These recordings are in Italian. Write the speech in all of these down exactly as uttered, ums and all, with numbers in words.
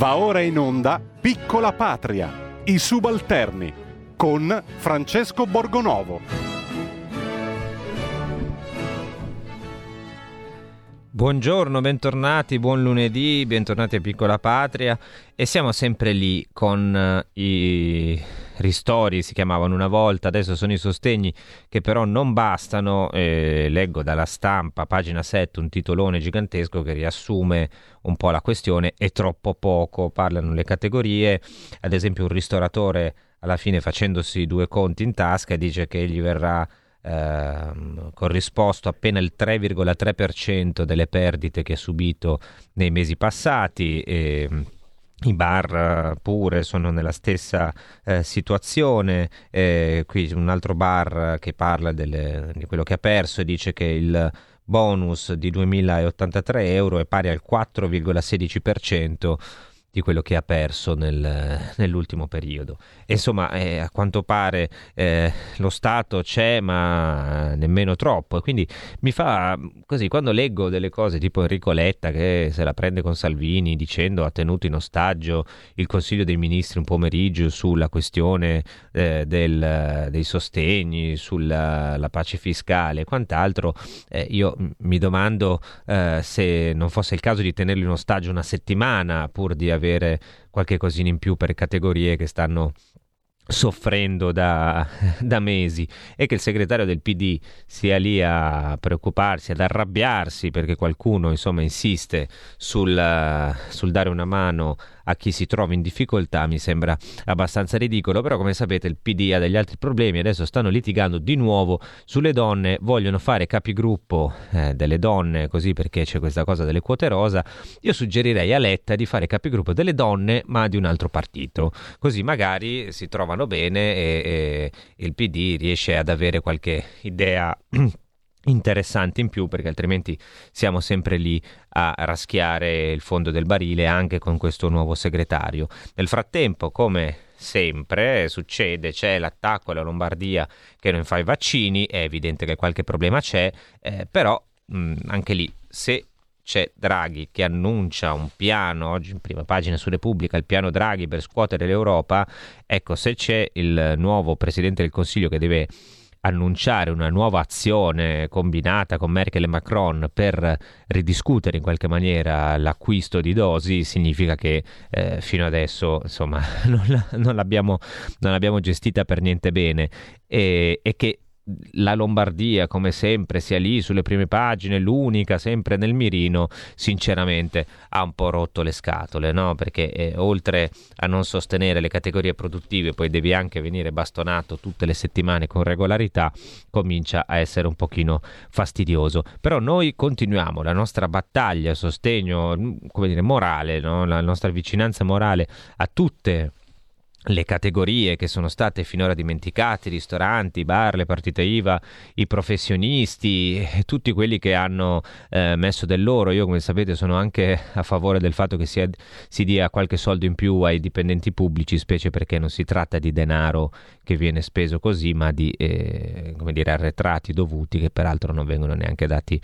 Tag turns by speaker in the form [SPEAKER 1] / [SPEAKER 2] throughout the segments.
[SPEAKER 1] Va ora in onda Piccola Patria, i subalterni, con Francesco Borgonovo.
[SPEAKER 2] Buongiorno, bentornati, buon lunedì, bentornati a Piccola Patria, e siamo sempre lì con uh, i ristori, si chiamavano una volta, adesso sono i sostegni che però non bastano. Eh, leggo dalla Stampa, pagina sette, un titolone gigantesco che riassume un po' la questione: è troppo poco, parlano le categorie. Ad esempio un ristoratore alla fine, facendosi due conti in tasca, dice che gli verrà Eh, corrisposto appena il tre virgola tre per cento delle perdite che ha subito nei mesi passati. E i bar pure sono nella stessa eh, situazione. Eh, qui un altro bar che parla delle, di quello che ha perso e dice che il bonus di duemilaottantatré euro è pari al quattro virgola sedici per cento di quello che ha perso nel, nell'ultimo periodo. E insomma, eh, a quanto pare eh, lo Stato c'è, ma nemmeno troppo, e quindi mi fa così quando leggo delle cose tipo Enrico Letta che se la prende con Salvini dicendo ha tenuto in ostaggio il Consiglio dei Ministri un pomeriggio sulla questione eh, del, dei sostegni, sulla la pace fiscale e quant'altro. Eh, io mi domando eh, se non fosse il caso di tenerlo in ostaggio una settimana pur di avere avere qualche cosina in più per categorie che stanno soffrendo da, da mesi, e che il segretario del P D sia lì a preoccuparsi, ad arrabbiarsi perché qualcuno insomma insiste sul, sul dare una mano a chi si trova in difficoltà mi sembra abbastanza ridicolo. Però come sapete il P D ha degli altri problemi, adesso stanno litigando di nuovo sulle donne, vogliono fare capigruppo eh, delle donne, così perché c'è questa cosa delle quote rosa. Io suggerirei a Letta di fare capigruppo delle donne ma di un altro partito, così magari si trovano bene e, e il P D riesce ad avere qualche idea interessante in più, perché altrimenti siamo sempre lì a raschiare il fondo del barile anche con questo nuovo segretario. Nel frattempo, come sempre succede, c'è l'attacco alla Lombardia che non fa i vaccini, è evidente che qualche problema c'è, eh, però mh, anche lì se c'è Draghi che annuncia un piano, oggi in prima pagina su Repubblica, il piano Draghi per scuotere l'Europa, ecco, se c'è il nuovo Presidente del Consiglio che deve annunciare una nuova azione combinata con Merkel e Macron per ridiscutere in qualche maniera l'acquisto di dosi, significa che eh, fino adesso insomma non, la, non, l'abbiamo, non l'abbiamo gestita per niente bene, e, e che la Lombardia come sempre sia lì sulle prime pagine, l'unica sempre nel mirino, sinceramente ha un po' rotto le scatole, no? Perché eh, oltre a non sostenere le categorie produttive, poi devi anche venire bastonato tutte le settimane con regolarità, comincia a essere un pochino fastidioso. Però noi continuiamo la nostra battaglia a sostegno, come dire, morale, no? La nostra vicinanza morale a tutte le categorie che sono state finora dimenticate: i ristoranti, i bar, le partite I V A, i professionisti, tutti quelli che hanno eh, messo del loro. Io, come sapete, sono anche a favore del fatto che si, si dia qualche soldo in più ai dipendenti pubblici, specie perché non si tratta di denaro che viene speso così, ma di eh, come dire, arretrati dovuti che peraltro non vengono neanche dati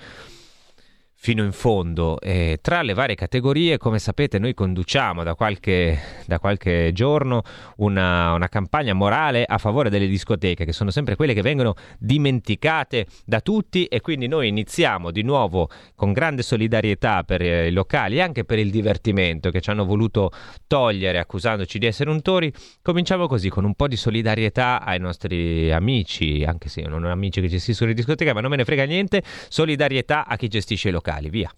[SPEAKER 2] fino in fondo. Eh, tra le varie categorie, come sapete, noi conduciamo da qualche, da qualche giorno una, una campagna morale a favore delle discoteche, che sono sempre quelle che vengono dimenticate da tutti, e quindi noi iniziamo di nuovo con grande solidarietà per eh, i locali e anche per il divertimento che ci hanno voluto togliere accusandoci di essere untori. Cominciamo così, con un po' di solidarietà ai nostri amici, anche se io non ho amici che gestiscono le discoteche, ma non me ne frega niente. Solidarietà a chi gestisce i locali. Via.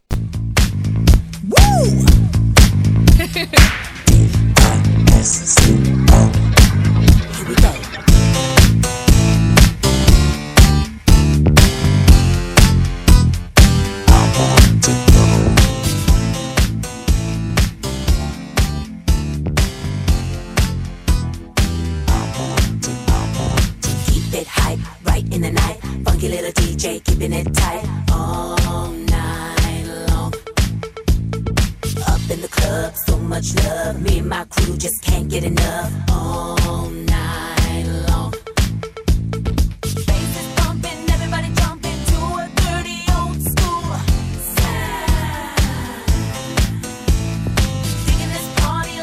[SPEAKER 3] Keep it hype, right in the night. Funky little D J, keeping it tight all night long. Up in the club, so much love. Me and my crew just can't get enough all night long. Bass is pumping, everybody jumping to a dirty old school sound. Digging this party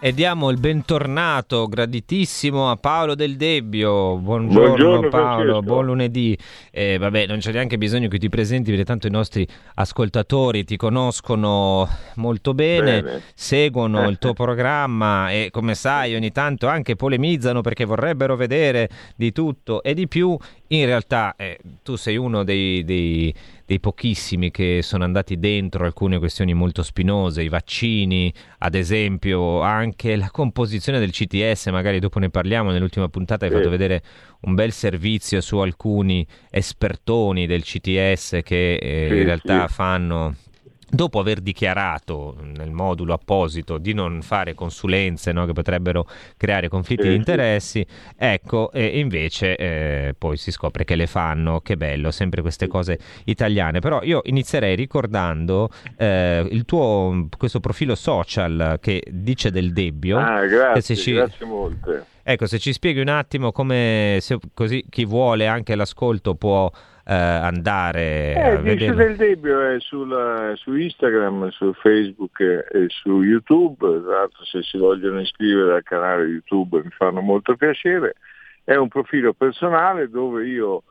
[SPEAKER 2] E diamo il bentornato graditissimo a Paolo Del Debbio. Buongiorno,
[SPEAKER 4] Buongiorno
[SPEAKER 2] Paolo,
[SPEAKER 4] Francesco.
[SPEAKER 2] buon lunedì. Eh, vabbè, non c'è neanche bisogno che ti presenti, perché tanto i nostri ascoltatori ti conoscono molto bene,
[SPEAKER 4] Bene.
[SPEAKER 2] seguono il tuo programma e, come sai, ogni tanto anche polemizzano perché vorrebbero vedere di tutto e di più. In realtà eh, tu sei uno dei, dei, dei pochissimi che sono andati dentro alcune questioni molto spinose, i vaccini, ad esempio, anche la composizione del C T S, magari dopo ne parliamo. Nell'ultima puntata hai
[SPEAKER 4] Sì.
[SPEAKER 2] fatto vedere un bel servizio su alcuni espertoni del C T S che eh,
[SPEAKER 4] Sì,
[SPEAKER 2] in realtà
[SPEAKER 4] sì.
[SPEAKER 2] fanno... Dopo aver dichiarato nel modulo apposito di non fare consulenze, no, che potrebbero creare conflitti
[SPEAKER 4] Sì,
[SPEAKER 2] di
[SPEAKER 4] sì.
[SPEAKER 2] interessi, ecco, e invece eh, poi si scopre che le fanno. Che bello, sempre queste cose italiane. Però io inizierei ricordando eh, il tuo, questo profilo social che dice Del Debbio.
[SPEAKER 4] Ah,
[SPEAKER 2] che
[SPEAKER 4] grazie,
[SPEAKER 2] se ci-
[SPEAKER 4] grazie molte.
[SPEAKER 2] Ecco, se ci spieghi un attimo come, se, così chi vuole anche l'ascolto può eh, andare a
[SPEAKER 4] Eh, Dice
[SPEAKER 2] vedere.
[SPEAKER 4] Del Debbio è sul- su Instagram, su Facebook e e su YouTube. Tra l'altro, se si vogliono iscrivere al canale YouTube mi fanno molto piacere. È un profilo personale dove io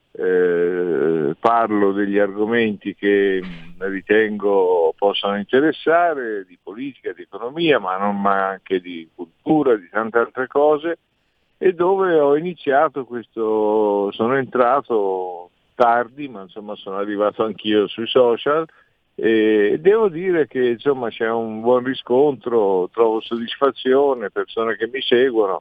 [SPEAKER 4] eh, parlo degli argomenti che mh, ritengo possano interessare, di politica, di economia, ma non ma anche di cultura, di tante altre cose, e dove ho iniziato questo, sono entrato tardi, ma insomma sono arrivato anch'io sui social e devo dire che insomma c'è un buon riscontro, trovo soddisfazione, persone che mi seguono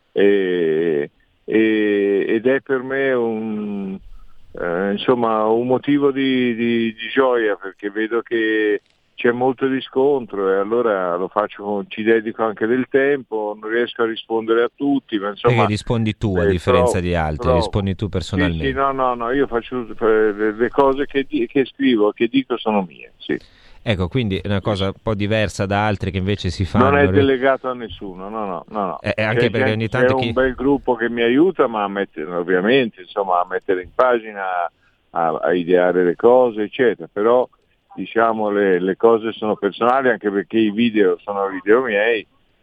[SPEAKER 4] e, e- ed è per me un, eh, insomma, un motivo di, di- di gioia, perché vedo che c'è molto riscontro e allora lo faccio, con- ci dedico anche del tempo, non riesco a rispondere a tutti, ma insomma
[SPEAKER 2] Perché rispondi tu a
[SPEAKER 4] eh,
[SPEAKER 2] differenza
[SPEAKER 4] provo,
[SPEAKER 2] di altri,
[SPEAKER 4] provo.
[SPEAKER 2] rispondi tu personalmente.
[SPEAKER 4] Sì, sì, no, no, no, io faccio eh, le le cose che, di- che scrivo, che dico sono mie, sì.
[SPEAKER 2] Ecco, quindi è una cosa un po' diversa da altri che invece si fanno.
[SPEAKER 4] Non è delegato a nessuno, no, no, no, no.
[SPEAKER 2] Eh, eh, anche
[SPEAKER 4] C'è-
[SPEAKER 2] perché
[SPEAKER 4] c'è-
[SPEAKER 2] ogni tanto
[SPEAKER 4] c'è
[SPEAKER 2] chi-
[SPEAKER 4] un bel gruppo che mi aiuta, ma a mettere, ovviamente, insomma, a mettere in pagina, a, a ideare le cose, eccetera. Però, diciamo, le, le cose sono personali, anche perché i video sono video miei,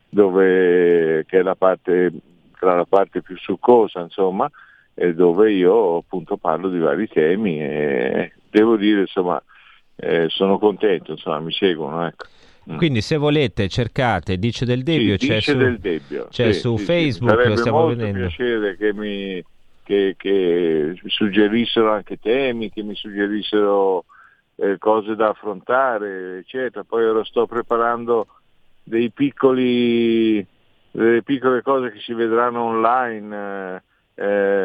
[SPEAKER 4] dove che è la parte, tra la parte più succosa, insomma, e dove io appunto parlo di vari temi e devo dire, insomma, eh, sono contento, insomma, mi seguono, ecco. Mm.
[SPEAKER 2] Quindi se volete cercate Dice Del Debbio,
[SPEAKER 4] Sì,
[SPEAKER 2] c'è,
[SPEAKER 4] Dice
[SPEAKER 2] su,
[SPEAKER 4] Del Debbio.
[SPEAKER 2] c'è
[SPEAKER 4] Sì,
[SPEAKER 2] su
[SPEAKER 4] sì, sì.
[SPEAKER 2] Facebook,
[SPEAKER 4] Sarebbe
[SPEAKER 2] lo stiamo
[SPEAKER 4] molto
[SPEAKER 2] vedendo.
[SPEAKER 4] piacere che mi che, che suggerissero anche temi, che mi suggerissero eh, cose da affrontare, eccetera. Poi ora sto preparando dei piccoli delle piccole cose che si vedranno online. eh,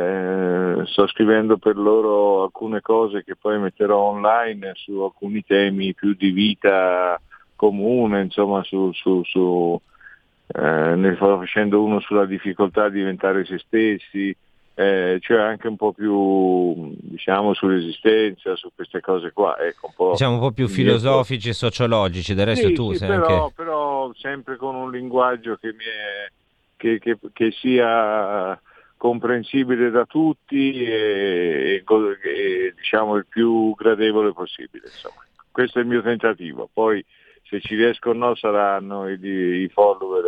[SPEAKER 4] eh, sto scrivendo per loro alcune cose che poi metterò online su alcuni temi più di vita comune, insomma, su, su, su eh, ne sto facendo uno sulla difficoltà di diventare se stessi, eh, cioè anche un po' più, diciamo, sull'esistenza, su queste cose qua, ecco, un po'.
[SPEAKER 2] Diciamo un po' più filosofici e sociologici, del resto
[SPEAKER 4] Sì,
[SPEAKER 2] tu
[SPEAKER 4] sì,
[SPEAKER 2] sei
[SPEAKER 4] però,
[SPEAKER 2] anche...
[SPEAKER 4] però sempre con un linguaggio che, mi è, che, che, che sia comprensibile da tutti e, e, e diciamo il più gradevole possibile, insomma. Questo è il mio tentativo, poi se ci riesco o no saranno i, i follower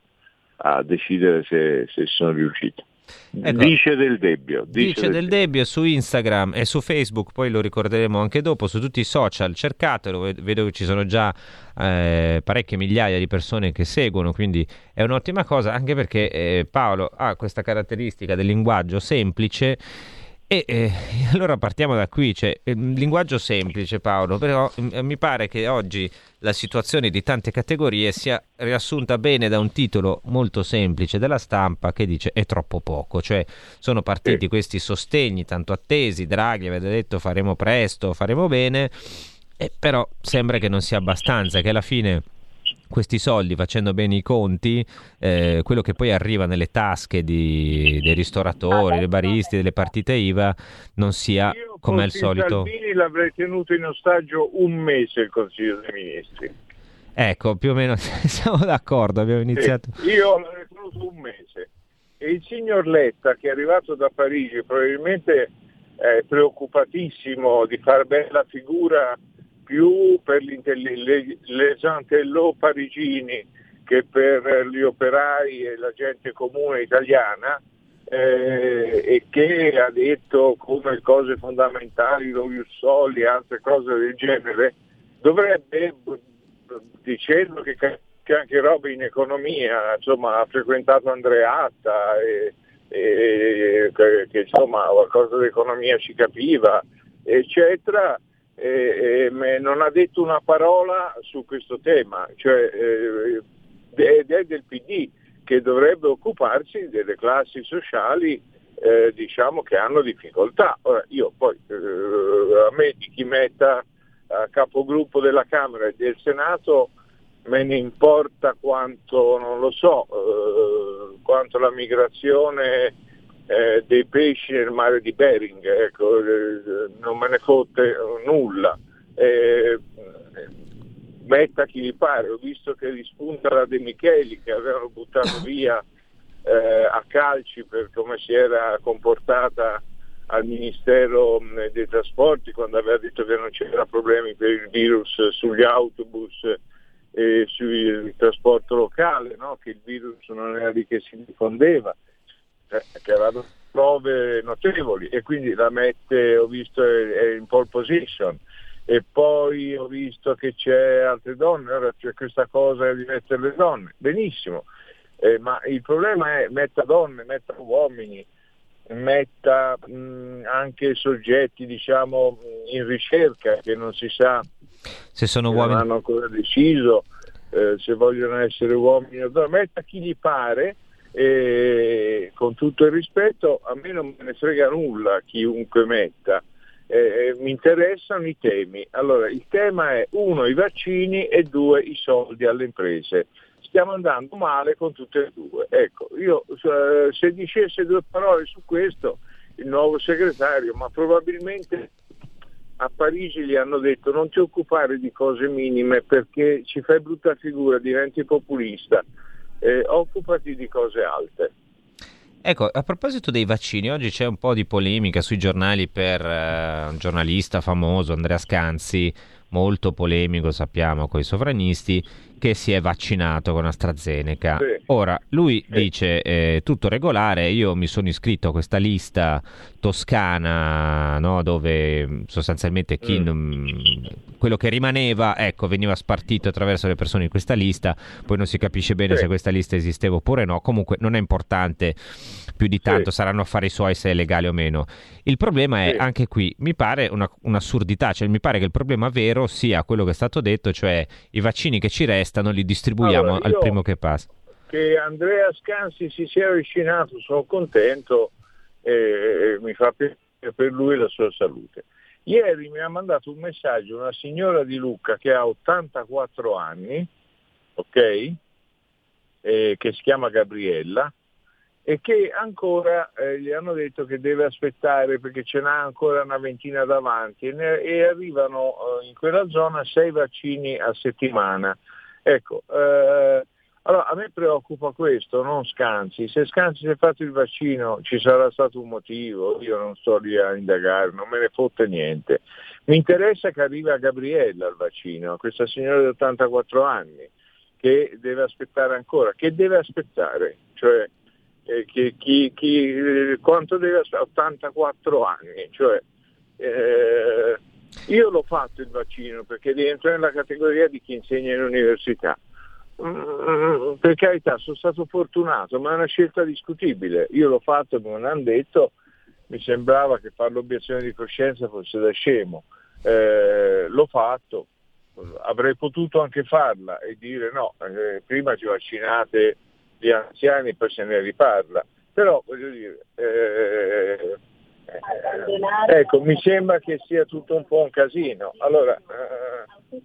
[SPEAKER 4] a, a decidere se, se sono riuscito.
[SPEAKER 2] Ecco,
[SPEAKER 4] Dice Del Debbio. Dice,
[SPEAKER 2] Dice Del Debbio su Instagram e su Facebook, poi lo ricorderemo anche dopo, su tutti i social, cercatelo, ved- vedo che ci sono già eh, parecchie migliaia di persone che seguono, quindi è un'ottima cosa, anche perché eh, Paolo ha questa caratteristica del linguaggio semplice. E eh, allora partiamo da qui, cioè, il linguaggio semplice, Paolo, però eh, mi pare che oggi la situazione di tante categorie sia riassunta bene da un titolo molto semplice della stampa che dice è troppo poco, cioè sono partiti
[SPEAKER 4] Sì.
[SPEAKER 2] questi sostegni tanto attesi, Draghi aveva detto faremo presto, faremo bene, e però sembra che non sia abbastanza, che alla fine questi soldi, facendo bene i conti, eh, quello che poi arriva nelle tasche di, dei ristoratori, dei baristi, delle partite I V A, non sia
[SPEAKER 4] Io
[SPEAKER 2] come al
[SPEAKER 4] fossi
[SPEAKER 2] solito.
[SPEAKER 4] Salvini l'avrei tenuto in ostaggio un mese il Consiglio dei Ministri.
[SPEAKER 2] Ecco, più o meno siamo d'accordo, abbiamo iniziato.
[SPEAKER 4] Sì, io l'avrei tenuto un mese. E il signor Letta, che è arrivato da Parigi, probabilmente è preoccupatissimo di far bella figura più per gli intelli- le- les intello parigini che per gli operai e la gente comune italiana, eh, e che ha detto come cose fondamentali, lo Ius Soli e altre cose del genere, dovrebbe, dicendo che, che anche roba in economia, insomma, ha frequentato Andreatta e, e che, che insomma qualcosa di economia ci capiva, eccetera, e, e non ha detto una parola su questo tema, cioè eh, ed è del P D, che dovrebbe occuparsi delle classi sociali eh, diciamo che hanno difficoltà. Ora io poi eh, a me di chi metta a capogruppo della Camera e del Senato me ne importa quanto, non lo so, eh, quanto la migrazione eh, dei pesci nel mare di Bering, ecco, eh, non me ne fotte nulla. Eh, metta chi gli pare, ho visto che rispunta la De Micheli, che avevano buttato via eh, a calci per come si era comportata al Ministero dei Trasporti quando aveva detto che non c'era problemi per il virus sugli autobus e sul trasporto locale, no? Che il virus non era lì che si diffondeva, eh, che aveva prove notevoli, e quindi la mette, ho visto, è, è in pole position. E poi ho visto che c'è altre donne, ora c'è questa cosa di mettere le donne, benissimo, eh, ma il problema è metta donne, metta uomini, metta mh, anche soggetti diciamo in ricerca che non si sa
[SPEAKER 2] se sono
[SPEAKER 4] non
[SPEAKER 2] uomini,
[SPEAKER 4] hanno ancora deciso eh, se vogliono essere uomini o donne, metta chi gli pare, e con tutto il rispetto a me non me ne frega nulla chiunque metta. Eh, mi interessano i temi. Allora, il tema è uno i vaccini e due i soldi alle imprese. Stiamo andando male con tutte e due. Ecco, io eh, se dicesse due parole su questo il nuovo segretario, ma probabilmente a Parigi gli hanno detto non ti occupare di cose minime perché ci fai brutta figura, diventi populista, eh, occupati di cose alte.
[SPEAKER 2] Ecco, a proposito dei vaccini, oggi c'è un po' di polemica sui giornali per eh, un giornalista famoso, Andrea Scanzi, molto polemico, sappiamo, con i sovranisti, che si è vaccinato con AstraZeneca.
[SPEAKER 4] Sì.
[SPEAKER 2] Ora, lui
[SPEAKER 4] sì.
[SPEAKER 2] dice eh, tutto regolare, io mi sono iscritto a questa lista toscana, no, dove sostanzialmente chi
[SPEAKER 4] Mm.
[SPEAKER 2] non, quello che rimaneva, ecco, veniva spartito attraverso le persone in questa lista, poi non si capisce bene
[SPEAKER 4] Sì.
[SPEAKER 2] se questa lista esisteva oppure no, comunque non è importante più di tanto,
[SPEAKER 4] Sì.
[SPEAKER 2] saranno affari suoi se è legale o meno. Il problema è,
[SPEAKER 4] Sì.
[SPEAKER 2] anche qui, mi pare una, un'assurdità, cioè mi pare che il problema vero sia quello che è stato detto, cioè i vaccini che ci restano li distribuiamo
[SPEAKER 4] Allora,
[SPEAKER 2] al
[SPEAKER 4] io-
[SPEAKER 2] primo che passa.
[SPEAKER 4] Che Andrea Scanzi si sia avvicinato, sono contento e mi fa piacere per lui e la sua salute. Ieri mi ha mandato un messaggio una signora di Lucca che ha ottantaquattro anni, ok? Eh, che si chiama Gabriella, e che ancora eh, gli hanno detto che deve aspettare perché ce n'ha ancora una ventina davanti e, ne, e arrivano eh, in quella zona sei vaccini a settimana. Ecco, eh, allora a me preoccupa questo, non Scanzi. Se Scanzi si è fatto il vaccino ci sarà stato un motivo, io non sto lì a indagare, non me ne fotte niente. Mi interessa che arrivi a Gabriella il vaccino, questa signora di ottantaquattro anni, che deve aspettare ancora, che deve aspettare, cioè eh, chi, chi, chi, eh, quanto deve aspettare? ottantaquattro anni, cioè eh, io l'ho fatto il vaccino perché rientro nella categoria di chi insegna in università. Mm, per carità, sono stato fortunato, ma è una scelta discutibile. Io l'ho fatto come mi hanno detto, mi sembrava che fare l'obiezione di coscienza fosse da scemo. Eh, l'ho fatto, avrei potuto anche farla e dire no, eh, prima ci vaccinate gli anziani, poi se ne riparla. Però voglio dire, eh, eh, ecco, mi sembra che sia tutto un po' un casino. Allora, eh,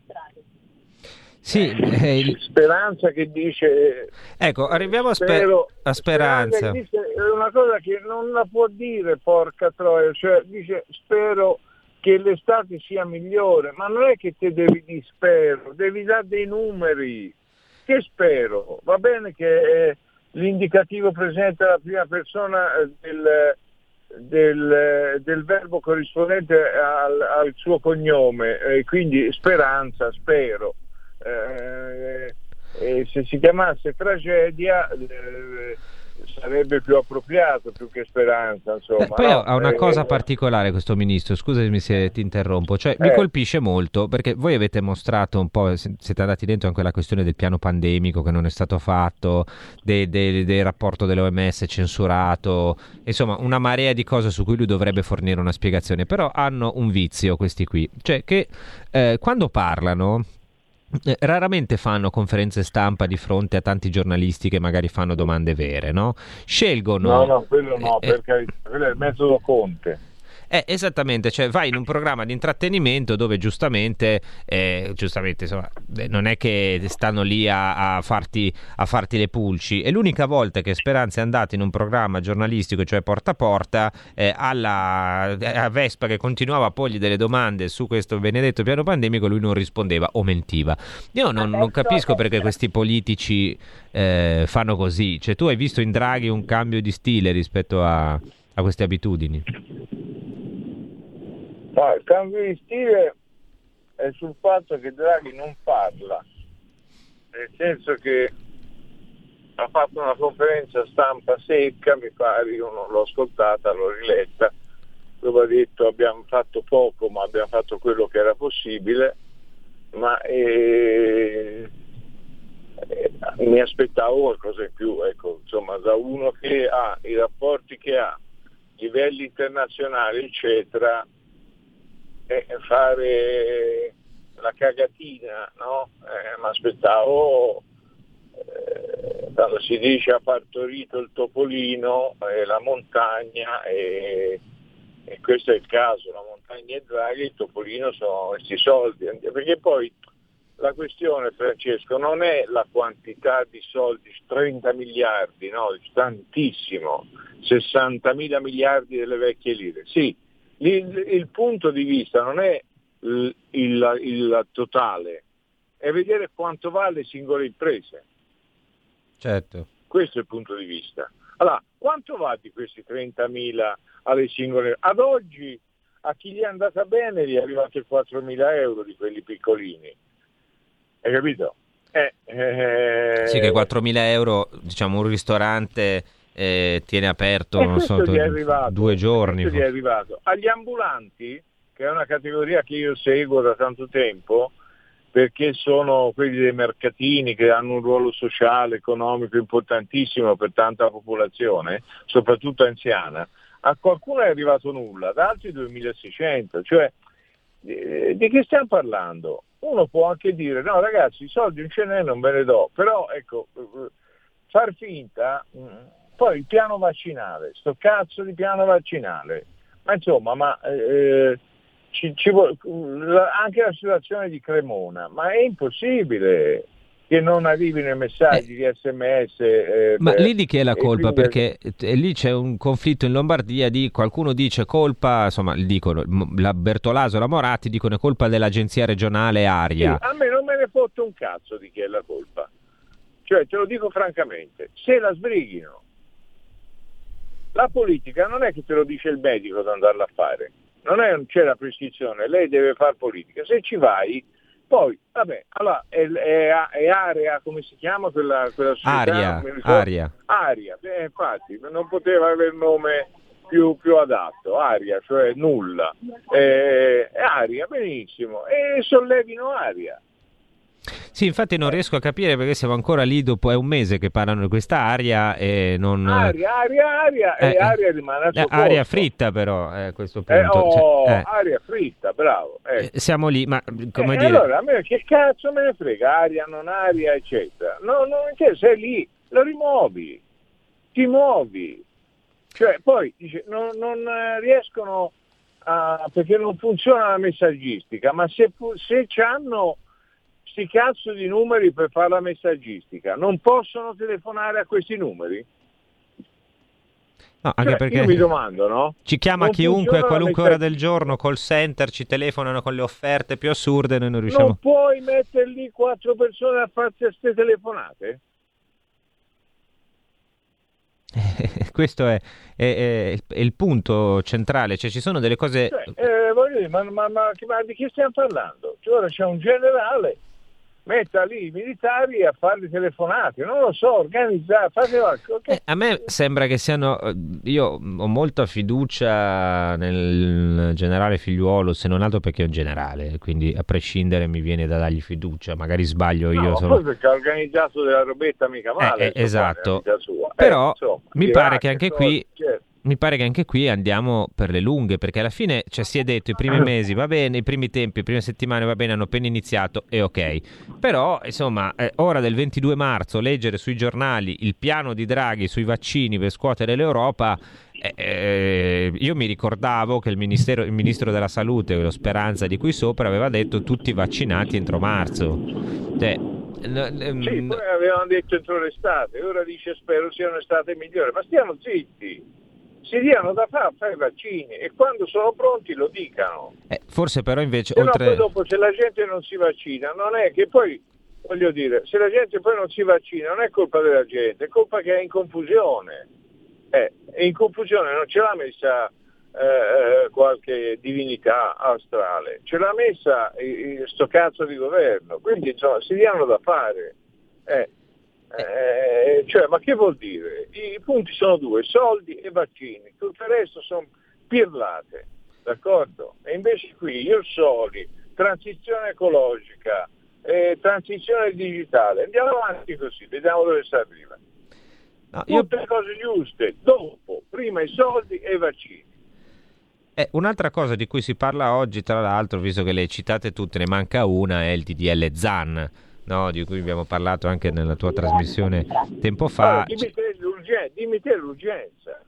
[SPEAKER 2] Sì, eh, il-
[SPEAKER 4] Speranza che dice
[SPEAKER 2] ecco, arriviamo a, spe-
[SPEAKER 4] spero-
[SPEAKER 2] a Speranza.
[SPEAKER 4] che dice, è una cosa che non la può dire, porca troia, cioè dice spero che l'estate sia migliore, ma non è che te devi dire spero, devi dare dei numeri. Che spero? Va bene che eh, l'indicativo presente alla prima persona eh, del, del, del verbo corrispondente al, al suo cognome, eh, quindi speranza, spero. Eh, e se si chiamasse tragedia eh, sarebbe più appropriato più che speranza, insomma.
[SPEAKER 2] Beh, poi
[SPEAKER 4] no?
[SPEAKER 2] ha una
[SPEAKER 4] eh,
[SPEAKER 2] cosa particolare questo ministro, scusami se ti interrompo, cioè mi
[SPEAKER 4] Eh.
[SPEAKER 2] colpisce molto perché voi avete mostrato un po', se- siete andati dentro anche la questione del piano pandemico che non è stato fatto, de- de- del rapporto dell'O M S censurato, insomma una marea di cose su cui lui dovrebbe fornire una spiegazione, però hanno un vizio questi qui, cioè che eh, quando parlano Eh, raramente fanno conferenze stampa di fronte a tanti giornalisti che magari fanno domande vere, no? Scelgono...
[SPEAKER 4] no, no, quello no,
[SPEAKER 2] eh,
[SPEAKER 4] per carità, quello è il metodo Conte.
[SPEAKER 2] Eh, esattamente, cioè vai in un programma di intrattenimento dove giustamente, eh, giustamente insomma, eh, non è che stanno lì a, a farti, a farti le pulci. E l'unica volta che Speranza è andato in un programma giornalistico, cioè porta a porta, eh, alla, a Vespa che continuava a porgli delle domande su questo benedetto piano pandemico, lui non rispondeva o mentiva. Io non, non capisco perché questi politici eh, fanno così. Cioè tu hai visto in Draghi un cambio di stile rispetto a, a queste abitudini?
[SPEAKER 4] No, il cambio di stile è sul fatto che Draghi non parla, nel senso che ha fatto una conferenza stampa secca, mi pare, io non l'ho ascoltata, l'ho riletta, dove ha detto abbiamo fatto poco ma abbiamo fatto quello che era possibile, ma eh, eh, mi aspettavo qualcosa in più, ecco, insomma, da uno che ha i rapporti che ha, livelli internazionali eccetera, e fare la cagatina, no? Eh, mi aspettavo, eh, quando si dice ha partorito il topolino, eh, la montagna, e, e questo è il caso, la montagna e Draghi, il topolino sono questi soldi, perché poi la questione, Francesco, non è la quantità di soldi, trenta miliardi, no? Tantissimo, sessantamila miliardi delle vecchie lire, sì. Il, il punto di vista non è il, il, il totale, è vedere quanto vale le singole imprese.
[SPEAKER 2] Certo.
[SPEAKER 4] Questo è il punto di vista. Allora, quanto va di questi trentamila alle singole? Ad oggi a chi gli è andata bene gli è arrivato il quattromila euro di quelli piccolini. Hai capito? Eh, eh,
[SPEAKER 2] Sì, che quattromila euro, diciamo, un ristorante eh, tiene aperto non so,
[SPEAKER 4] gli è arrivato,
[SPEAKER 2] due giorni.
[SPEAKER 4] Gli è arrivato. Agli ambulanti, che è una categoria che io seguo da tanto tempo, perché sono quelli dei mercatini che hanno un ruolo sociale, economico importantissimo per tanta popolazione, soprattutto anziana, a qualcuno è arrivato nulla, ad altri duemilaseicento, cioè eh, di che stiamo parlando? Uno può anche dire no ragazzi i soldi non ce n'è, non ve ne do, però ecco, far finta, poi il piano vaccinale, sto cazzo di piano vaccinale, ma insomma, ma eh, ci, ci vuole, anche la situazione di Cremona, ma è impossibile che non arrivino i messaggi di sms. Eh,
[SPEAKER 2] ma
[SPEAKER 4] beh,
[SPEAKER 2] lì di chi è la colpa?
[SPEAKER 4] quindi...
[SPEAKER 2] Perché eh, lì c'è un conflitto in Lombardia, di qualcuno dice colpa, insomma dicono, la Bertolaso e la Moratti dicono è colpa dell'agenzia regionale Aria.
[SPEAKER 4] Sì, a me non me ne fotte un cazzo di chi è la colpa, cioè te lo dico francamente, se la sbrighino. La politica non è che te lo dice il medico da andarla a fare, non è, c'è la prescrizione, lei deve fare politica, se ci vai poi, vabbè, allora è, è, è Area, come si chiama quella, quella società?
[SPEAKER 2] Aria, Aria.
[SPEAKER 4] Aria, eh, infatti, non poteva avere nome più, più adatto, Aria, cioè nulla. Eh, Aria, benissimo, e sollevino Aria.
[SPEAKER 2] Sì, infatti non riesco a capire perché siamo ancora lì dopo, è un mese che parlano di questa aria e non...
[SPEAKER 4] Aria, aria, aria,
[SPEAKER 2] eh,
[SPEAKER 4] e aria rimane al suo posto.
[SPEAKER 2] Aria fritta però, eh, a questo punto.
[SPEAKER 4] Eh, oh,
[SPEAKER 2] cioè, eh.
[SPEAKER 4] aria fritta, bravo. Ecco.
[SPEAKER 2] Eh, siamo lì, ma come
[SPEAKER 4] eh,
[SPEAKER 2] dire...
[SPEAKER 4] Allora, a me che cazzo me ne frega, aria, non aria, eccetera. No, no, che sei lì, lo rimuovi, ti muovi. Cioè, poi dice, non, non riescono a... perché non funziona la messaggistica, ma se, se c'hanno sti cazzo di numeri per fare la messaggistica, non possono telefonare a questi numeri?
[SPEAKER 2] No, anche
[SPEAKER 4] cioè,
[SPEAKER 2] perché
[SPEAKER 4] io mi domando, no?
[SPEAKER 2] Ci chiama
[SPEAKER 4] non
[SPEAKER 2] chiunque a qualunque ora del
[SPEAKER 4] messaggistica.
[SPEAKER 2] giorno, call center, ci telefonano con le offerte più assurde, noi non riusciamo...
[SPEAKER 4] Non puoi mettere lì quattro persone a farsi queste telefonate?
[SPEAKER 2] Questo è, è, è il punto centrale, cioè ci sono delle cose...
[SPEAKER 4] Cioè, eh, voglio dire, ma, ma, ma, ma di chi stiamo parlando? Cioè, ora c'è un generale metta lì i militari a fare le telefonate, non lo so, organizzare, fate
[SPEAKER 2] eh, a me sembra che siano, io ho molta fiducia nel generale Figliuolo, se non altro perché è un generale, quindi a prescindere mi viene da dargli fiducia, magari sbaglio io.
[SPEAKER 4] No,
[SPEAKER 2] sono...
[SPEAKER 4] poi perché ha organizzato della robetta mica male,
[SPEAKER 2] eh, eh, esatto,
[SPEAKER 4] sua.
[SPEAKER 2] però
[SPEAKER 4] eh, insomma,
[SPEAKER 2] mi
[SPEAKER 4] Iraq,
[SPEAKER 2] pare che anche
[SPEAKER 4] cose,
[SPEAKER 2] qui
[SPEAKER 4] certo.
[SPEAKER 2] Mi pare che anche qui andiamo per le lunghe, perché alla fine, cioè, si è detto i primi mesi va bene, i primi tempi, le prime settimane va bene, hanno appena iniziato e ok. Però, insomma, eh, ora del ventidue marzo leggere sui giornali il piano di Draghi sui vaccini per scuotere l'Europa, eh, eh, io mi ricordavo che il, ministero, il ministro della Salute, lo Speranza di qui sopra, aveva detto tutti vaccinati entro marzo. Cioè,
[SPEAKER 4] sì, poi avevano detto entro l'estate, ora dice spero sia un'estate migliore, ma stiano zitti. Si diano da fare a fare i vaccini e quando sono pronti lo dicano.
[SPEAKER 2] Eh, forse però invece
[SPEAKER 4] se
[SPEAKER 2] oltre...
[SPEAKER 4] no, poi dopo se la gente non si vaccina, non è che poi, voglio dire, se la gente poi non si vaccina non è colpa della gente, è colpa che è in confusione. Eh, è in confusione, non ce l'ha messa eh, qualche divinità astrale, ce l'ha messa eh, sto cazzo di governo, quindi insomma si diano da fare. Eh. Eh, cioè, ma che vuol dire? I punti sono due, soldi e vaccini, tutto il resto sono pirlate, d'accordo? E invece qui io soli, transizione ecologica, eh, transizione digitale, andiamo avanti così, vediamo dove si arriva. No, io... Tutte cose giuste, dopo, prima i soldi e i vaccini.
[SPEAKER 2] Eh, un'altra cosa di cui si parla oggi, tra l'altro, visto che le citate tutte, ne manca una, è il D D L Zan. No, di cui abbiamo parlato anche nella tua trasmissione tempo fa.
[SPEAKER 4] Allora, dimmi, te l'urgen- dimmi te l'urgenza.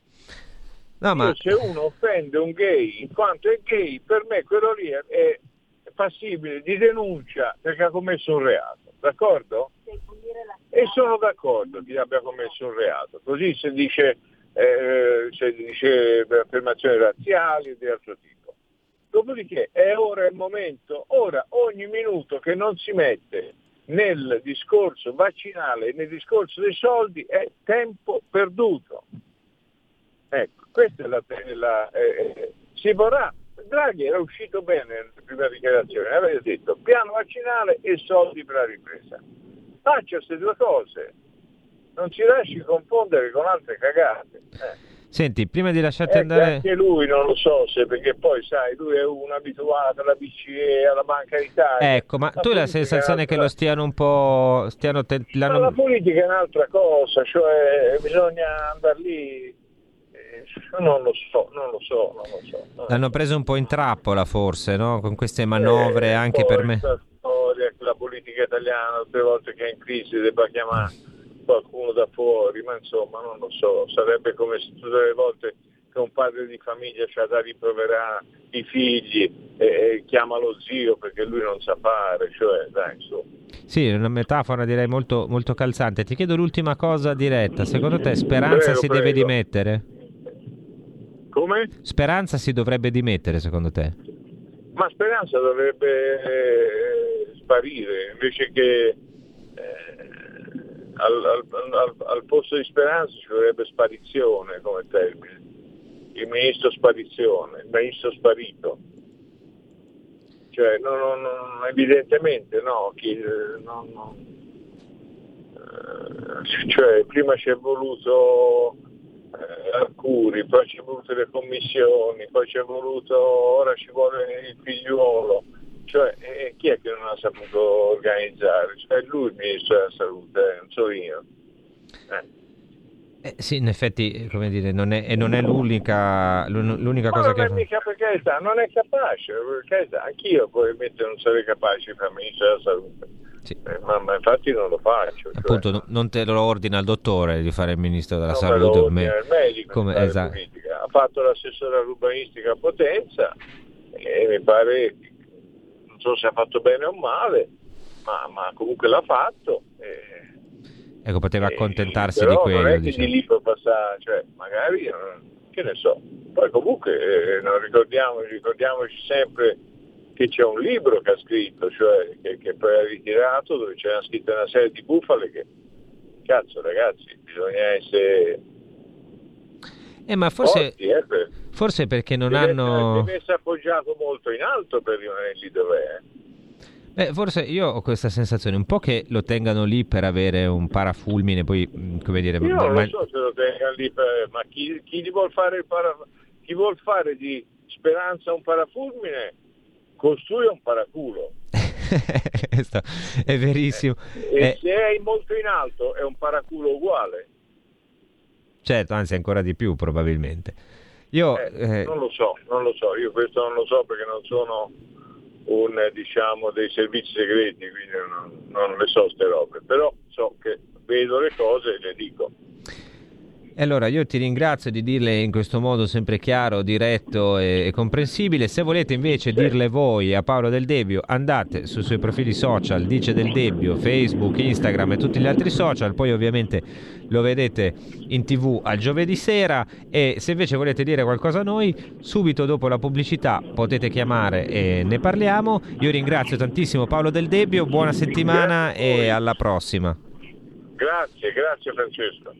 [SPEAKER 2] No, ma...
[SPEAKER 4] Se uno offende un gay in quanto è gay, per me quello lì è passibile di denuncia perché ha commesso un reato, d'accordo? E sono d'accordo che abbia commesso un reato. Così si dice, eh, si dice affermazioni razziali e di altro tipo. Dopodiché è ora il momento, ora ogni minuto che non si mette nel discorso vaccinale e nel discorso dei soldi è tempo perduto. Ecco, questa è la... la eh, si vorrà. Draghi era uscito bene nelle prime dichiarazioni, aveva detto piano vaccinale e soldi per la ripresa. Faccia queste due cose, non ci lasci confondere con altre cagate. Eh.
[SPEAKER 2] Senti, prima di lasciarti
[SPEAKER 4] eh,
[SPEAKER 2] andare...
[SPEAKER 4] Anche lui non lo so se, perché poi sai, lui è un abituato alla B C E, alla Banca d'Italia.
[SPEAKER 2] Ecco, ma la tu hai la sensazione altra... che lo stiano un po'... Stiano te...
[SPEAKER 4] Ma la politica è un'altra cosa, cioè bisogna andare lì, eh, non lo so, non lo so, non lo so. Non
[SPEAKER 2] L'hanno
[SPEAKER 4] so.
[SPEAKER 2] preso un po' in trappola forse, no? Con queste manovre
[SPEAKER 4] eh,
[SPEAKER 2] anche per me.
[SPEAKER 4] Storia, la politica italiana, tutte le volte che è in crisi debba chiamare qualcuno da fuori, ma insomma non lo so, sarebbe come se tutte le volte che un padre di famiglia c'ha da riproverare i figli e, e chiama lo zio perché lui non sa fare, cioè dai insomma.
[SPEAKER 2] Sì, è una metafora direi molto, molto calzante. Ti chiedo l'ultima cosa diretta, secondo te Speranza
[SPEAKER 4] prego,
[SPEAKER 2] si
[SPEAKER 4] prego.
[SPEAKER 2] deve dimettere?
[SPEAKER 4] Come?
[SPEAKER 2] Speranza si dovrebbe dimettere secondo te?
[SPEAKER 4] Ma Speranza dovrebbe eh, sparire invece che eh, Al, al, al, al posto di Speranza ci vorrebbe sparizione come termine, il ministro sparizione, il ministro sparito, cioè non, non, non, evidentemente no, chi, non, non, eh, cioè prima ci è voluto eh, Arcuri, poi ci è voluto le commissioni, poi ci è voluto, ora ci vuole il Figliuolo. Cioè, eh, chi è che non ha saputo organizzare? Cioè, è lui il ministro della salute, eh, non so io. Eh.
[SPEAKER 2] Eh, sì, in effetti, come dire, non è, e non è l'unica, l'unica
[SPEAKER 4] ma
[SPEAKER 2] cosa
[SPEAKER 4] non
[SPEAKER 2] che...
[SPEAKER 4] è mica per carità, non è capace, per carità, anch'io probabilmente non sarei capace di fare ministro della salute.
[SPEAKER 2] Sì.
[SPEAKER 4] Eh, ma, ma infatti non lo faccio.
[SPEAKER 2] Appunto,
[SPEAKER 4] cioè,
[SPEAKER 2] non te lo ordina il dottore di fare il ministro della
[SPEAKER 4] non
[SPEAKER 2] salute.
[SPEAKER 4] Me lo ordina il medico,
[SPEAKER 2] come, esatto.
[SPEAKER 4] Politica. Ha fatto l'assessore all'urbanistica a Potenza e mi pare... non so se ha fatto bene o male, ma, ma comunque l'ha fatto. Eh,
[SPEAKER 2] ecco, poteva accontentarsi
[SPEAKER 4] eh,
[SPEAKER 2] di quello.
[SPEAKER 4] Non è che
[SPEAKER 2] diciamo.
[SPEAKER 4] di lì può passare, cioè magari, che ne so. Poi comunque eh, non ricordiamo, ricordiamoci sempre che c'è un libro che ha scritto, cioè che, che poi ha ritirato, dove c'era scritto una serie di bufale che, cazzo ragazzi, bisogna essere...
[SPEAKER 2] Eh, ma forse...
[SPEAKER 4] forti, eh, per...
[SPEAKER 2] Forse perché non
[SPEAKER 4] deve
[SPEAKER 2] hanno...
[SPEAKER 4] Essere, deve essere appoggiato molto in alto per rimanere lì dove è.
[SPEAKER 2] Beh, forse io ho questa sensazione un po' che lo tengano lì per avere un parafulmine, poi come dire...
[SPEAKER 4] Io non
[SPEAKER 2] ma...
[SPEAKER 4] lo so se lo tengano lì per... ma chi, chi gli vuol fare il para... chi vuol fare di Speranza un parafulmine costruisce un paraculo.
[SPEAKER 2] È verissimo.
[SPEAKER 4] E
[SPEAKER 2] eh...
[SPEAKER 4] se è molto in alto è un paraculo uguale.
[SPEAKER 2] Certo, anzi ancora di più probabilmente. Io
[SPEAKER 4] eh,
[SPEAKER 2] eh...
[SPEAKER 4] non lo so, non lo so, io questo non lo so perché non sono un, diciamo, dei servizi segreti, quindi non, non le so ste robe, però so che vedo le cose e le dico.
[SPEAKER 2] E allora io ti ringrazio di dirle in questo modo sempre chiaro, diretto e, e comprensibile. Se volete invece sì. dirle voi a Paolo Del Debbio, andate sui suoi profili social, Dice Del Debbio, Facebook, Instagram e tutti gli altri social, poi ovviamente lo vedete in tv al giovedì sera, e se invece volete dire qualcosa a noi, subito dopo la pubblicità potete chiamare e ne parliamo. Io ringrazio tantissimo Paolo Del Debbio, buona settimana e alla prossima.
[SPEAKER 4] Grazie, grazie Francesco.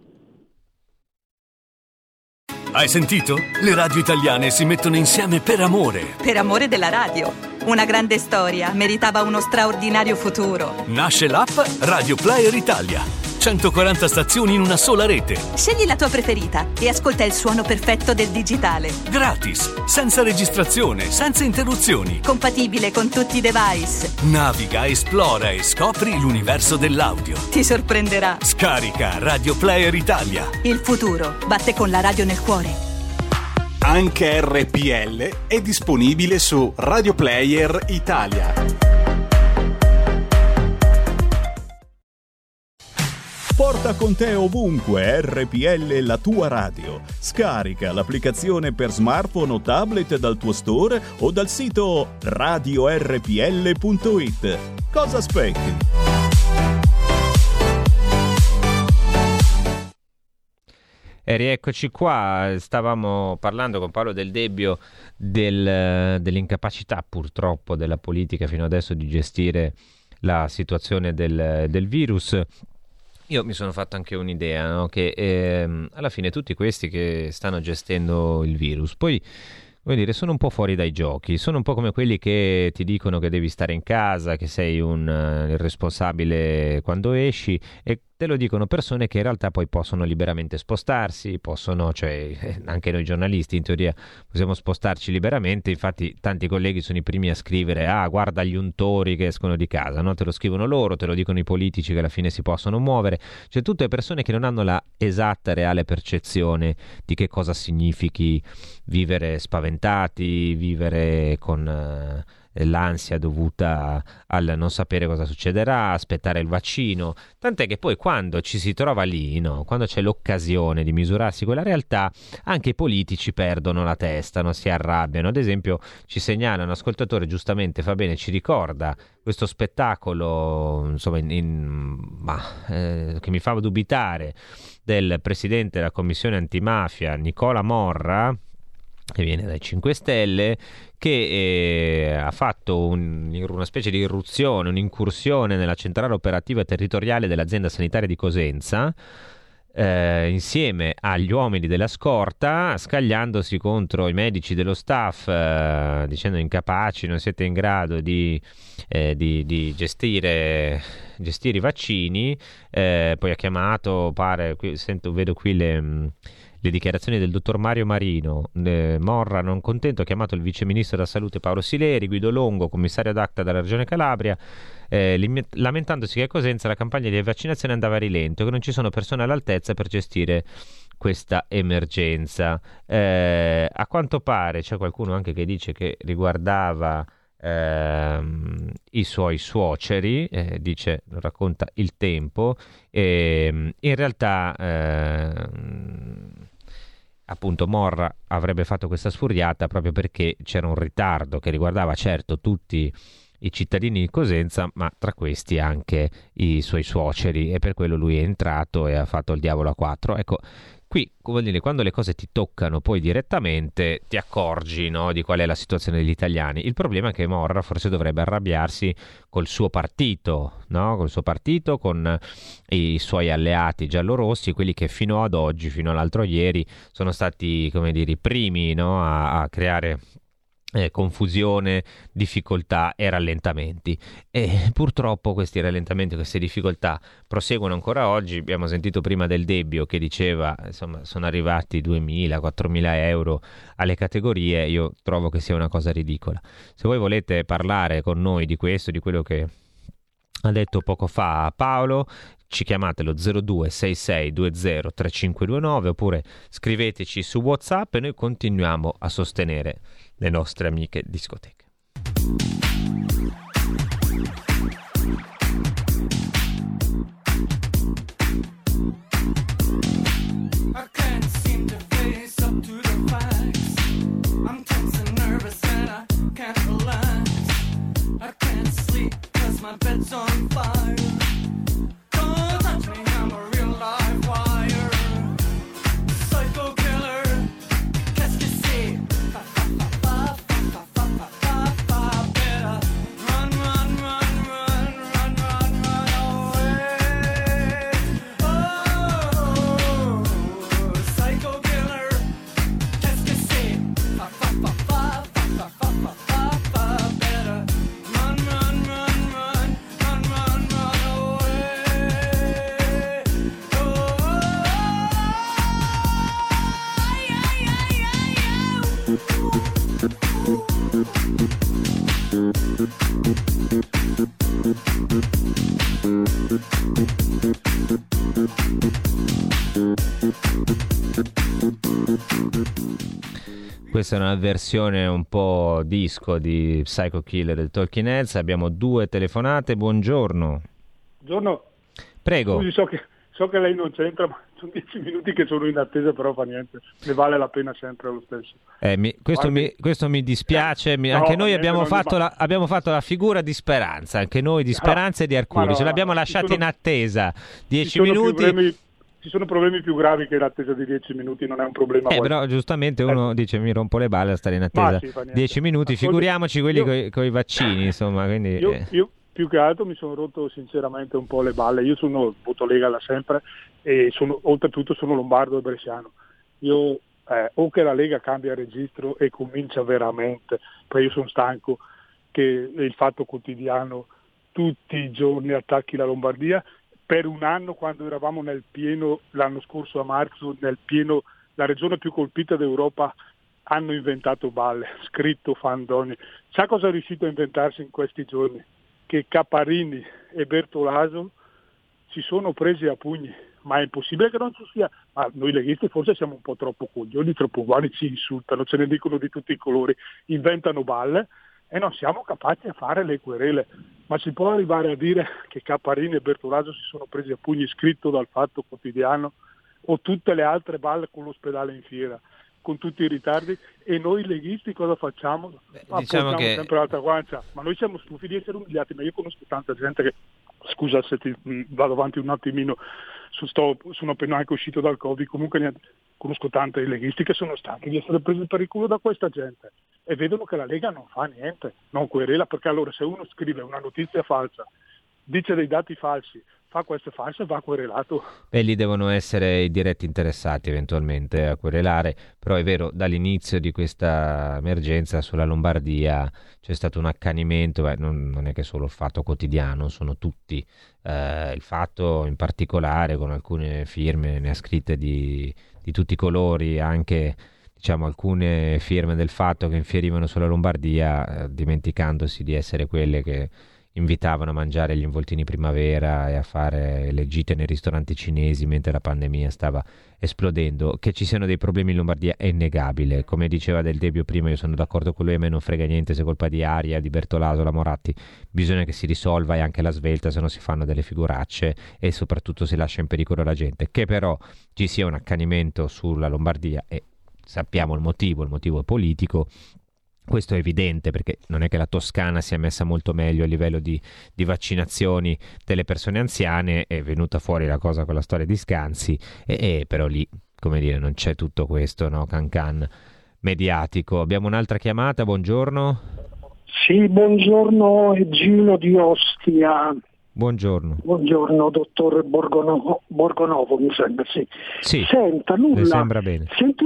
[SPEAKER 5] Hai sentito? Le radio italiane si mettono insieme per amore.
[SPEAKER 6] Per amore della radio. Una grande storia meritava uno straordinario futuro.
[SPEAKER 5] Nasce l'app Radio Player Italia. centoquaranta stazioni in una sola rete.
[SPEAKER 6] Scegli la tua preferita e ascolta il suono perfetto del digitale.
[SPEAKER 5] Gratis, senza registrazione, senza interruzioni.
[SPEAKER 6] Compatibile con tutti i device.
[SPEAKER 5] Naviga, esplora e scopri l'universo dell'audio.
[SPEAKER 6] Ti sorprenderà.
[SPEAKER 5] Scarica Radio Player Italia.
[SPEAKER 6] Il futuro batte con la radio nel cuore.
[SPEAKER 7] Anche R P L è disponibile su Radio Player Italia.
[SPEAKER 8] Porta con te ovunque R P L, la tua radio. Scarica l'applicazione per smartphone o tablet dal tuo store o dal sito radio erre pi elle punto it. Cosa aspetti?
[SPEAKER 2] E rieccoci qua, stavamo parlando con Paolo Del Debbio del, dell'incapacità purtroppo della politica fino adesso di gestire la situazione del, del virus. Io mi sono fatto anche un'idea, no? Che ehm, alla fine tutti questi che stanno gestendo il virus, poi vuol dire, sono un po' fuori dai giochi, sono un po' come quelli che ti dicono che devi stare in casa, che sei un uh, irresponsabile quando esci, e te lo dicono persone che in realtà poi possono liberamente spostarsi, possono, cioè anche noi giornalisti in teoria possiamo spostarci liberamente. Infatti tanti colleghi sono i primi a scrivere: ah, guarda gli untori che escono di casa, no? Te lo scrivono loro, te lo dicono i politici che alla fine si possono muovere, cioè tutte persone che non hanno la esatta reale percezione di che cosa significhi vivere spaventati, vivere con uh, l'ansia dovuta al non sapere cosa succederà, aspettare il vaccino, tant'è che poi quando ci si trova lì, no? Quando c'è l'occasione di misurarsi con la realtà, anche i politici perdono la testa, no? Si arrabbiano. Ad esempio ci segnala un ascoltatore, giustamente fa bene, ci ricorda questo spettacolo, insomma, in, in, ma, eh, che mi fa dubitare, del presidente della commissione antimafia Nicola Morra, che viene dai cinque Stelle, che eh, ha fatto un, una specie di irruzione, un'incursione nella centrale operativa territoriale dell'azienda sanitaria di Cosenza, eh, insieme agli uomini della scorta, scagliandosi contro i medici dello staff, eh, dicendo incapaci, non siete in grado di, eh, di, di gestire, gestire i vaccini. Eh, poi ha chiamato, pare, qui, sento, vedo qui le... Mh, le dichiarazioni del dottor Mario Marino. eh, Morra, non contento, ha chiamato il vice ministro della salute Paolo Sileri, Guido Longo, commissario ad acta della regione Calabria, eh, lim- lamentandosi che a Cosenza la campagna di vaccinazione andava a rilento e che non ci sono persone all'altezza per gestire questa emergenza. Eh, a quanto pare c'è qualcuno anche che dice che riguardava ehm, i suoi suoceri, eh, dice, lo racconta Il Tempo, e in realtà ehm, appunto Morra avrebbe fatto questa sfuriata proprio perché c'era un ritardo che riguardava certo tutti i cittadini di Cosenza, ma tra questi anche i suoi suoceri, e per quello lui è entrato e ha fatto il diavolo a quattro. Ecco, qui, vuol dire, quando le cose ti toccano poi direttamente ti accorgi, no, di qual è la situazione degli italiani. Il problema è che Morra forse dovrebbe arrabbiarsi col suo partito, no? Col suo partito, con i suoi alleati giallorossi, quelli che fino ad oggi, fino all'altro ieri, sono stati, come dire, i primi, no, a, a creare Eh, confusione, difficoltà e rallentamenti, e purtroppo questi rallentamenti, queste difficoltà proseguono ancora oggi. Abbiamo sentito prima del Debbio che diceva insomma sono arrivati duemila quattromila euro alle categorie. Io trovo che sia una cosa ridicola. Se voi volete parlare con noi di questo, di quello che ha detto poco fa Paolo, ci chiamate lo zero due sei sei due zero tre cinque due nove oppure scriveteci su WhatsApp e noi continuiamo a sostenere le nostre amiche discoteche.
[SPEAKER 9] I can't seem to face up to the facts. I'm tense and nervous and I can't relax. I can't sleep 'cause my bed's on fire. Don't touch me, I'm a real live wire. Psycho killer, qu'est-ce que c'est? Fa fa fa fa fa fa fa fa. Better run, run, run, run, run, run, run away. Oh, psycho killer, qu'est-ce que c'est? Fa fa fa fa fa fa fa fa fa. Better run, run, run, run, run, run, run away. Oh,
[SPEAKER 2] Questa è una versione un po' disco di Psycho Killer del Talking Heads. Abbiamo due telefonate. Buongiorno.
[SPEAKER 10] Buongiorno.
[SPEAKER 2] Prego.
[SPEAKER 10] Scusi, so che, so che lei non c'entra, ma sono dieci minuti che sono in attesa, però fa niente. Ne vale la pena sempre lo stesso.
[SPEAKER 2] Eh, mi, questo,
[SPEAKER 10] Guardi,
[SPEAKER 2] mi, questo mi dispiace. Mi,
[SPEAKER 10] no,
[SPEAKER 2] anche noi
[SPEAKER 10] niente,
[SPEAKER 2] abbiamo
[SPEAKER 10] non
[SPEAKER 2] fatto,
[SPEAKER 10] mi
[SPEAKER 2] la, abbiamo fatto la figura di Speranza. Anche noi di Speranza e di Arcuri.
[SPEAKER 10] ma no,
[SPEAKER 2] Ce l'abbiamo
[SPEAKER 10] ci
[SPEAKER 2] lasciati
[SPEAKER 10] sono-
[SPEAKER 2] in attesa.
[SPEAKER 10] ci
[SPEAKER 2] Dieci
[SPEAKER 10] sono più
[SPEAKER 2] minuti.
[SPEAKER 10] problemi- ci sono problemi più gravi che l'attesa di dieci minuti, non è un problema.
[SPEAKER 2] Eh,
[SPEAKER 10] guardi.
[SPEAKER 2] però giustamente uno dice mi rompo le balle a stare in
[SPEAKER 10] Ma
[SPEAKER 2] attesa
[SPEAKER 10] sì, fa niente.
[SPEAKER 2] dieci minuti,
[SPEAKER 10] Ascolti,
[SPEAKER 2] figuriamoci quelli
[SPEAKER 10] io-
[SPEAKER 2] con i vaccini, insomma, quindi
[SPEAKER 10] Io,
[SPEAKER 2] eh.
[SPEAKER 10] io più che altro mi sono rotto sinceramente un po' le balle. Io sono voto Lega da sempre e sono, oltretutto sono lombardo e bresciano. Io eh, o che la Lega cambia registro e comincia veramente, perché io sono stanco che il Fatto Quotidiano tutti i giorni attacchi la Lombardia. Per un anno, quando eravamo nel pieno, l'anno scorso a marzo, nel pieno, la regione più colpita d'Europa, hanno inventato balle, scritto Fandoni. Sa cosa è riuscito a inventarsi in questi giorni? Che Caparini e Bertolaso si sono presi a pugni, ma è impossibile che non ci sia. Ma noi leghisti forse siamo un po' troppo coglioni, troppo buoni, ci insultano, ce ne dicono di tutti i colori, inventano balle e non siamo capaci a fare le querele. Ma si può arrivare a dire che Caparini e Bertolaso si sono presi a pugni, scritto dal Fatto Quotidiano, o tutte le altre balle con l'ospedale in fiera, con tutti i ritardi, e noi leghisti cosa facciamo?
[SPEAKER 2] Beh,
[SPEAKER 10] Appoggiamo
[SPEAKER 2] diciamo che-
[SPEAKER 10] sempre l'altra guancia, ma noi siamo stufi di essere umiliati. Ma io conosco tanta gente che, scusa se ti mh, vado avanti un attimino, su sto, sono appena anche uscito dal Covid, comunque niente, conosco tanti leghisti che sono stanchi di essere presi per il culo da questa gente e vedono che la Lega non fa niente, non querela, perché allora se uno scrive una notizia falsa, dice dei dati falsi, fa queste false, va querelato.
[SPEAKER 2] Beh, lì devono essere i diretti interessati eventualmente a querelare, però è vero, dall'inizio di questa emergenza sulla Lombardia c'è stato un accanimento, beh, non, non è che solo il Fatto Quotidiano, sono tutti, eh, il Fatto in particolare con alcune firme, ne ha scritte di, di tutti i colori, anche diciamo alcune firme del Fatto che infierivano sulla Lombardia, eh, dimenticandosi di essere quelle che invitavano a mangiare gli involtini primavera e a fare le gite nei ristoranti cinesi mentre la pandemia stava esplodendo. Che ci siano dei problemi in Lombardia è innegabile, come diceva Del Debbio prima, io sono d'accordo con lui, a me non frega niente se è colpa di Aria, di Bertolaso, la Moratti, bisogna che si risolva, e anche la Svelta, se no si fanno delle figuracce e soprattutto si lascia in pericolo la gente. Che però ci sia un accanimento sulla Lombardia, e sappiamo il motivo, il motivo è politico. Questo è evidente, perché non è che la Toscana sia messa molto meglio a livello di, di vaccinazioni delle persone anziane, è venuta fuori la cosa con la storia di Scanzi, e, e però lì, come dire, non c'è tutto questo, no, can can mediatico. Abbiamo un'altra chiamata, buongiorno.
[SPEAKER 11] Sì, buongiorno, è Gino di Ostia.
[SPEAKER 2] Buongiorno.
[SPEAKER 11] Buongiorno, dottor Borgonovo, Borgonovo mi sembra, sì.
[SPEAKER 2] Sì,
[SPEAKER 11] Senta, nulla.
[SPEAKER 2] le sembra bene.
[SPEAKER 11] Senti,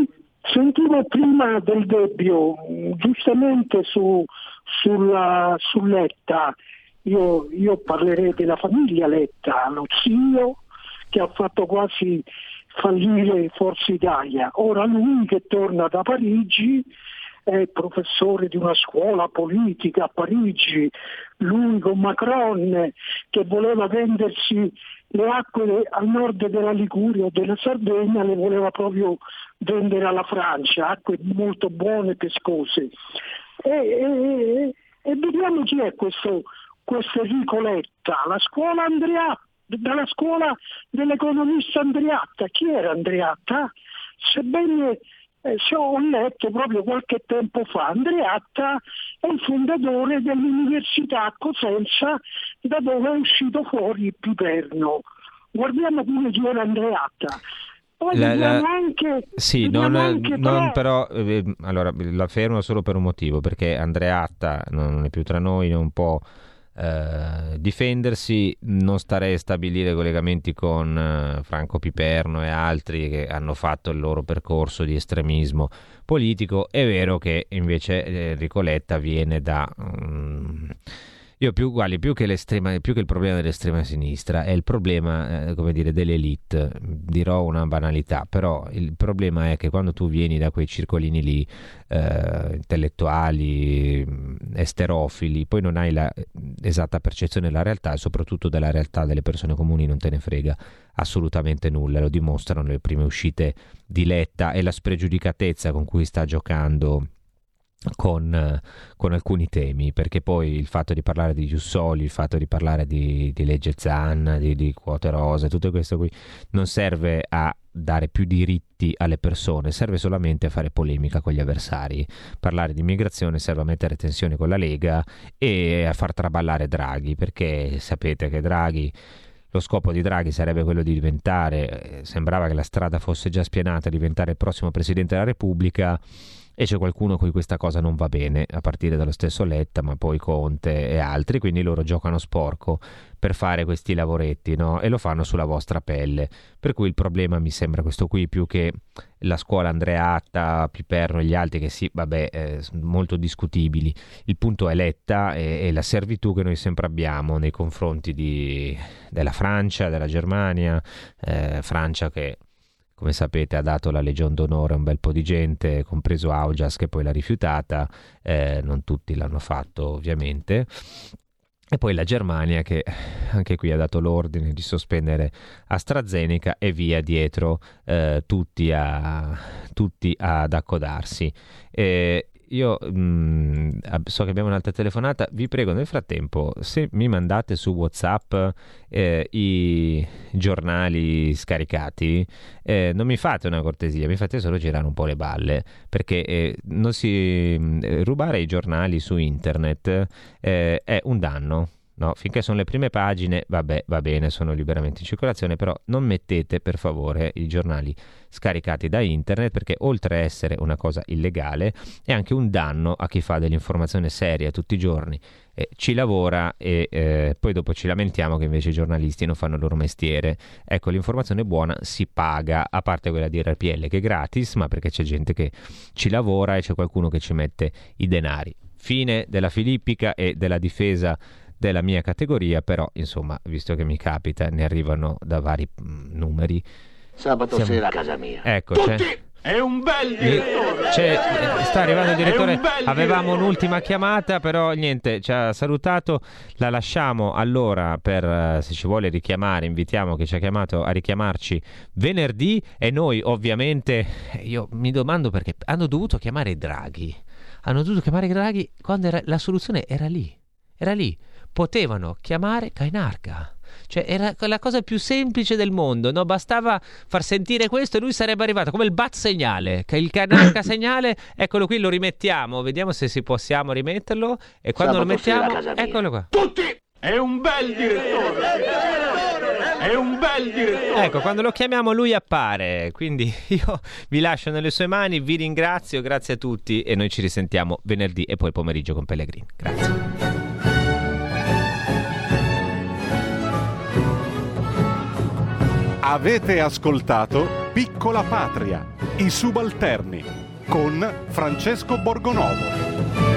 [SPEAKER 11] Sentivo prima del Debbio, giustamente su, sulla, su Letta, io, io parlerei della famiglia Letta, lo zio che ha fatto quasi fallire Forza Italia. Ora lui che torna da Parigi, è professore di una scuola politica a Parigi, lui con Macron che voleva vendersi le acque al nord della Liguria o della Sardegna, le voleva proprio vendere alla Francia, acque molto buone e pescose. E, e, e vediamo chi è questo, questo Enrico Letta, la scuola Andreatta, dalla scuola dell'economista Andreatta. Chi era Andreatta? Sebbene eh, se ho letto proprio qualche tempo fa, Andreatta è il fondatore dell'Università a Cosenza, da dove è uscito fuori il Piperno. Guardiamo pure chi era Andreatta. Poi
[SPEAKER 2] la,
[SPEAKER 11] vediamo
[SPEAKER 2] la...
[SPEAKER 11] anche,
[SPEAKER 2] sì,
[SPEAKER 11] vediamo
[SPEAKER 2] non,
[SPEAKER 11] anche
[SPEAKER 2] non
[SPEAKER 11] però...
[SPEAKER 2] però eh, allora la fermo solo per un motivo, perché Andreatta non è più tra noi, non può Uh, difendersi, non starei a stabilire collegamenti con uh, Franco Piperno e altri che hanno fatto il loro percorso di estremismo politico. È vero che invece eh, Enrico Letta viene da um, io più, guardi, più che l'estrema, più che il problema dell'estrema sinistra è il problema eh, come dire dell'elite. Dirò una banalità, però il problema è che quando tu vieni da quei circolini lì eh, intellettuali, esterofili, poi non hai la esatta percezione della realtà e soprattutto della realtà delle persone comuni non te ne frega assolutamente nulla. Lo dimostrano le prime uscite di Letta e la spregiudicatezza con cui sta giocando Con, con alcuni temi, perché poi il fatto di parlare di Jussoli, il fatto di parlare di, di legge Zan, di, di quote rosa, tutto questo qui non serve a dare più diritti alle persone, serve solamente a fare polemica con gli avversari. Parlare di immigrazione serve a mettere tensione con la Lega e a far traballare Draghi, perché sapete che Draghi, lo scopo di Draghi sarebbe quello di diventare, sembrava che la strada fosse già spianata, diventare il prossimo Presidente della Repubblica. E c'è qualcuno a cui questa cosa non va bene, a partire dallo stesso Letta, ma poi Conte e altri, quindi loro giocano sporco per fare questi lavoretti, no? E lo fanno sulla vostra pelle. Per cui il problema mi sembra questo qui, più che la scuola Andreatta, Piperno e gli altri, che sì, vabbè, eh, molto discutibili. Il punto è Letta e, e la servitù che noi sempre abbiamo nei confronti di, della Francia, della Germania, eh, Francia che, come sapete, ha dato la Legion d'Onore a un bel po' di gente, compreso Augias che poi l'ha rifiutata, eh, non tutti l'hanno fatto ovviamente, e poi la Germania che anche qui ha dato l'ordine di sospendere AstraZeneca e via dietro eh, tutti, a, tutti ad accodarsi. Eh, Io mh, so che abbiamo un'altra telefonata, vi prego nel frattempo se mi mandate su WhatsApp eh, i giornali scaricati, eh, non mi fate una cortesia, mi fate solo girare un po' le balle, perché eh, non si, eh, rubare i giornali su internet eh, è un danno. No, finché sono le prime pagine, vabbè, va bene, sono liberamente in circolazione, però non mettete per favore i giornali scaricati da internet, perché oltre a essere una cosa illegale è anche un danno a chi fa dell'informazione seria tutti i giorni, eh, ci lavora e eh, poi dopo ci lamentiamo che invece i giornalisti non fanno il loro mestiere. Ecco, l'informazione buona si paga, a parte quella di R P L che è gratis, ma perché c'è gente che ci lavora e c'è qualcuno che ci mette i denari. Fine della filippica e della difesa della mia categoria, però insomma, visto che mi capita, ne arrivano da vari mh, numeri.
[SPEAKER 12] Sabato Siamo... sera a casa mia.
[SPEAKER 2] Ecco, c'è...
[SPEAKER 12] È un bel direttore.
[SPEAKER 2] C'è... Sta arrivando il direttore. Avevamo
[SPEAKER 12] direttore.
[SPEAKER 2] un'ultima chiamata, però niente, ci ha salutato. La lasciamo allora per, se ci vuole richiamare, invitiamo chi ci ha chiamato a richiamarci venerdì. E noi ovviamente, io mi domando perché hanno dovuto chiamare Draghi. Hanno dovuto chiamare Draghi quando era... la soluzione era lì. Era lì. Potevano chiamare Cainarca, cioè era la cosa più semplice del mondo, no? Bastava far sentire questo e lui sarebbe arrivato come il bat segnale, che il Cainarca segnale, eccolo qui, lo rimettiamo, vediamo se si possiamo rimetterlo, e quando
[SPEAKER 12] Sabato
[SPEAKER 2] lo mettiamo, eccolo qua.
[SPEAKER 12] Tutti! È un bel direttore! È un bel direttore!
[SPEAKER 2] Ecco, quando lo chiamiamo lui appare, quindi io vi lascio nelle sue mani, vi ringrazio, grazie a tutti e noi ci risentiamo venerdì e poi pomeriggio con Pellegrini. Grazie.
[SPEAKER 1] Avete ascoltato Piccola Patria, I subalterni con Francesco Borgonovo.